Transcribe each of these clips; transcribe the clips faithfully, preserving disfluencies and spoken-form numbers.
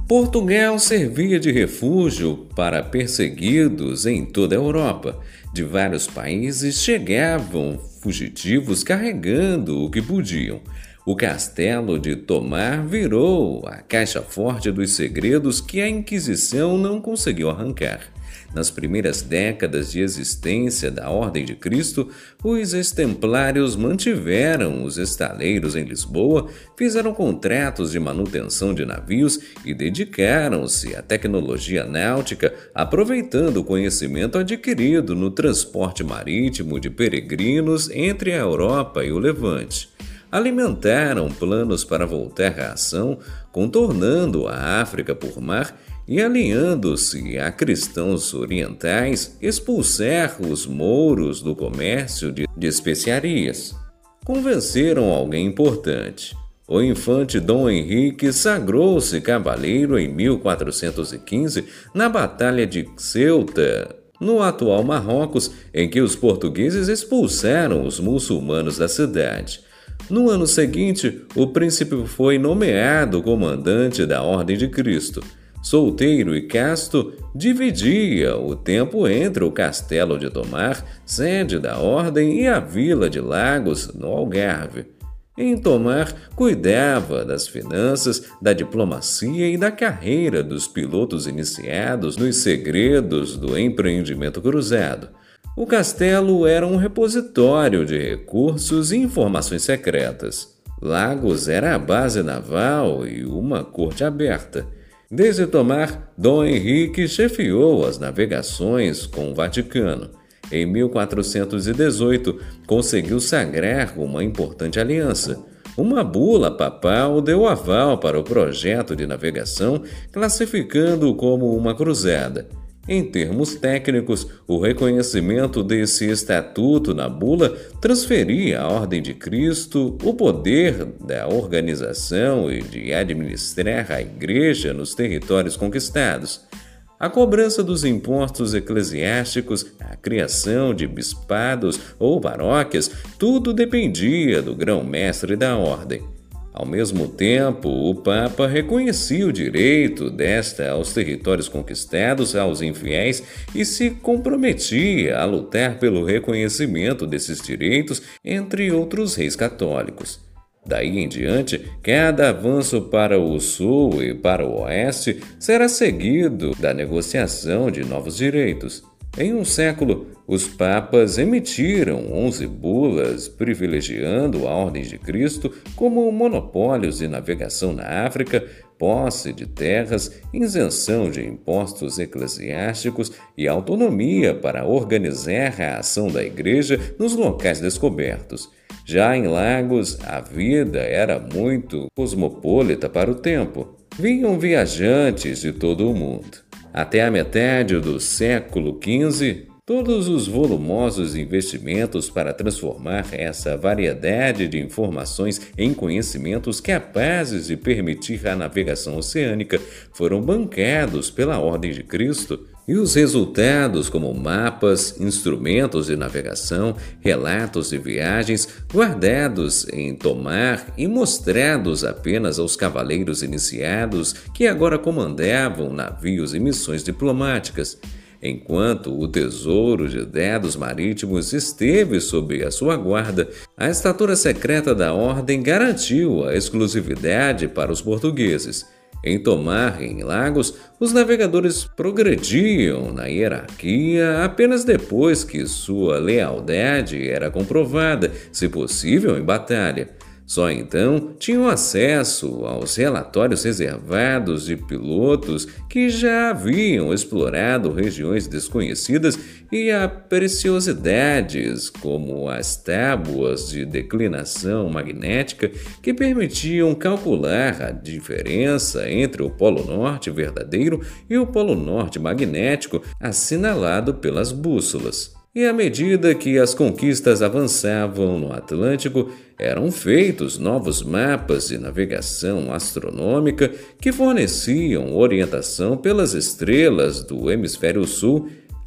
Portugal servia de refúgio para perseguidos em toda a Europa. De vários países chegavam fugitivos carregando o que podiam. O castelo de Tomar virou a caixa forte dos segredos que a Inquisição não conseguiu arrancar. Nas primeiras décadas de existência da Ordem de Cristo, os ex-templários mantiveram os estaleiros em Lisboa, fizeram contratos de manutenção de navios e dedicaram-se à tecnologia náutica, aproveitando o conhecimento adquirido no transporte marítimo de peregrinos entre a Europa e o Levante. Alimentaram planos para voltar à ação, contornando a África por mar e, alinhando-se a cristãos orientais, expulsar os mouros do comércio de, de especiarias. Convenceram alguém importante. O infante Dom Henrique sagrou-se cavaleiro em mil quatrocentos e quinze na Batalha de Ceuta, no atual Marrocos, em que os portugueses expulsaram os muçulmanos da cidade. No ano seguinte, o príncipe foi nomeado comandante da Ordem de Cristo. Solteiro e casto, dividia o tempo entre o Castelo de Tomar, sede da Ordem, e a Vila de Lagos, no Algarve. Em Tomar, cuidava das finanças, da diplomacia e da carreira dos pilotos iniciados nos segredos do empreendimento cruzado. O castelo era um repositório de recursos e informações secretas. Lagos era a base naval e uma corte aberta. Desde Tomar, Dom Henrique chefiou as navegações com o Vaticano. Em mil quatrocentos e dezoito, conseguiu sagrar uma importante aliança. Uma bula papal deu aval para o projeto de navegação, classificando-o como uma cruzada. Em termos técnicos, o reconhecimento desse estatuto na bula transferia à Ordem de Cristo o poder da organização e de administrar a Igreja nos territórios conquistados. A cobrança dos impostos eclesiásticos, a criação de bispados ou paróquias, tudo dependia do grão-mestre da Ordem. Ao mesmo tempo, o Papa reconhecia o direito desta aos territórios conquistados aos infiéis e se comprometia a lutar pelo reconhecimento desses direitos entre outros reis católicos. Daí em diante, cada avanço para o sul e para o oeste será seguido da negociação de novos direitos. Em um século, os papas emitiram onze bulas privilegiando a Ordem de Cristo como monopólios de navegação na África, posse de terras, isenção de impostos eclesiásticos e autonomia para organizar a ação da Igreja nos locais descobertos. Já em Lagos, a vida era muito cosmopolita para o tempo. Vinham viajantes de todo o mundo. Até a metade do século quinze, todos os volumosos investimentos para transformar essa variedade de informações em conhecimentos capazes de permitir a navegação oceânica foram bancados pela Ordem de Cristo, e os resultados, como mapas, instrumentos de navegação, relatos de viagens, guardados em Tomar e mostrados apenas aos cavaleiros iniciados que agora comandavam navios e missões diplomáticas. Enquanto o tesouro de dados marítimos esteve sob a sua guarda, a estatura secreta da Ordem garantiu a exclusividade para os portugueses. Em Tomar e em Lagos, os navegadores progrediam na hierarquia apenas depois que sua lealdade era comprovada, se possível em batalha. Só então tinham acesso aos relatórios reservados de pilotos que já haviam explorado regiões desconhecidas e a preciosidades como as tábuas de declinação magnética que permitiam calcular a diferença entre o Polo Norte verdadeiro e o Polo Norte magnético assinalado pelas bússolas. E à medida que as conquistas avançavam no Atlântico, eram feitos novos mapas de navegação astronômica que forneciam orientação pelas estrelas do Hemisfério Sul,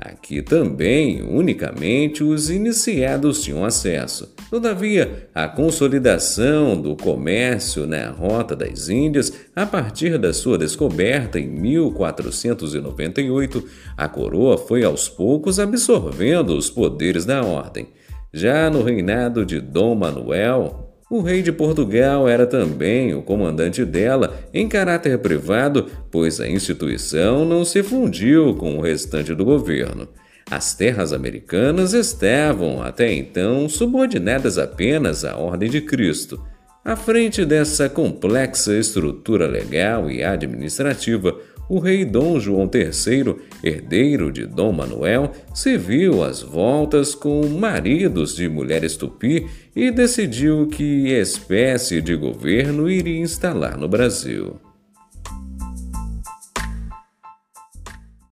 Aqui também, unicamente os iniciados tinham acesso. Todavia, a consolidação do comércio na Rota das Índias, a partir da sua descoberta em mil quatrocentos e noventa e oito, a coroa foi aos poucos absorvendo os poderes da ordem. Já no reinado de Dom Manuel, o rei de Portugal era também o comandante dela em caráter privado, pois a instituição não se fundiu com o restante do governo. As terras americanas estavam, até então, subordinadas apenas à Ordem de Cristo. À frente dessa complexa estrutura legal e administrativa, o rei Dom João terceiro, herdeiro de Dom Manuel, se viu às voltas com maridos de mulheres tupi e decidiu que espécie de governo iria instalar no Brasil.